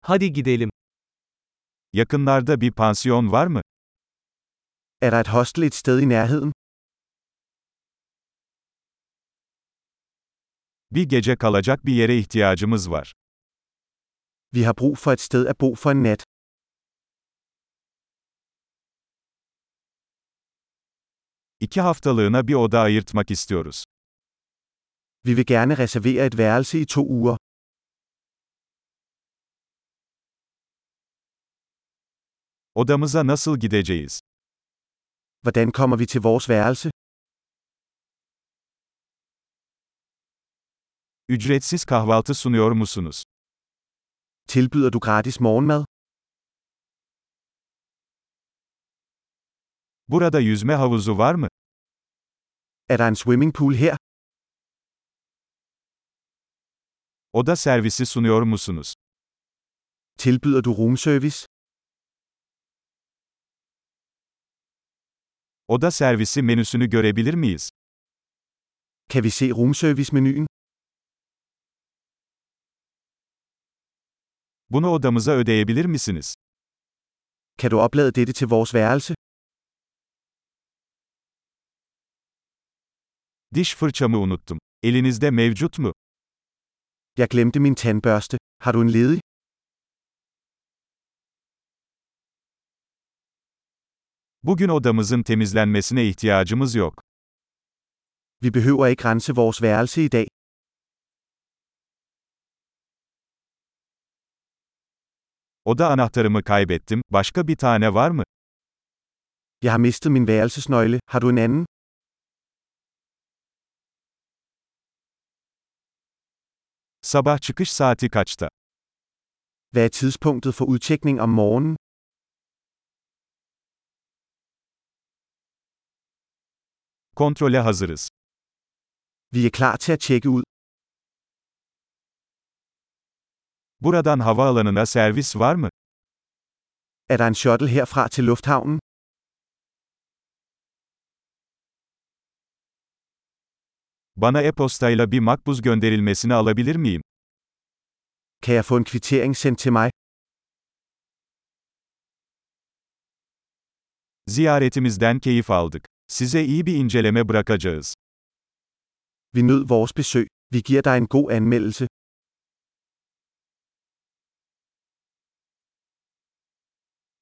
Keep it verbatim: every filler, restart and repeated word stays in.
Hadi gidelim. Yakınlarda bir pansiyon var mı? Er der et hostel et sted i nærheden? Bir gece kalacak bir yere ihtiyacımız var. Vi har brug for et sted at bo for en nat. İki haftalığına bir oda ayırtmak istiyoruz. Vi vil gerne reservere et værelse i to uger. Odamıza nasıl gideceğiz? Hvordan kommer vi til vores værelse? Ücretsiz kahvaltı sunuyor musunuz? Tilbyder du gratis morgenmad? Burada yüzme havuzu var mı? Er der en swimmingpool her? Oda servisi sunuyor musunuz? Tilbyder du roomservice? Oda servisi menüsünü görebilir miyiz? Kan vi se roomservice-menuen? Bunu odamıza ödeyebilir misiniz? Kan du oplade dette til vores værelse? Diş fırçamı unuttum. Elinizde mevcut mu? Jeg glemte min tandbørste. Har du en ledig? Bugün odamızın temizlenmesine ihtiyacımız yok. Vi behøver ikke rense vores værelse i dag. Oda anahtarımı kaybettim. Başka bir tane var mı? Jeg har mistet min værelsesnøgle. Har du en anden? Sabah çıkış saati kaçta? Hvad er tidspunktet for udtjekning om morgenen? Kontrole hazırız. Vi er klar til at tjekke ud. Buradan havaalanına servis var mı? Er der en shuttle herfra til lufthavnen? Bana e-postayla bir makbuz gönderilmesini alabilir miyim? Kan jeg få en kvittering sendt til mig? Ziyaretimizden keyif aldık. Size iyi bir inceleme bırakacağız. Vi nød vores besøg. Vi giver dig en god anmeldelse.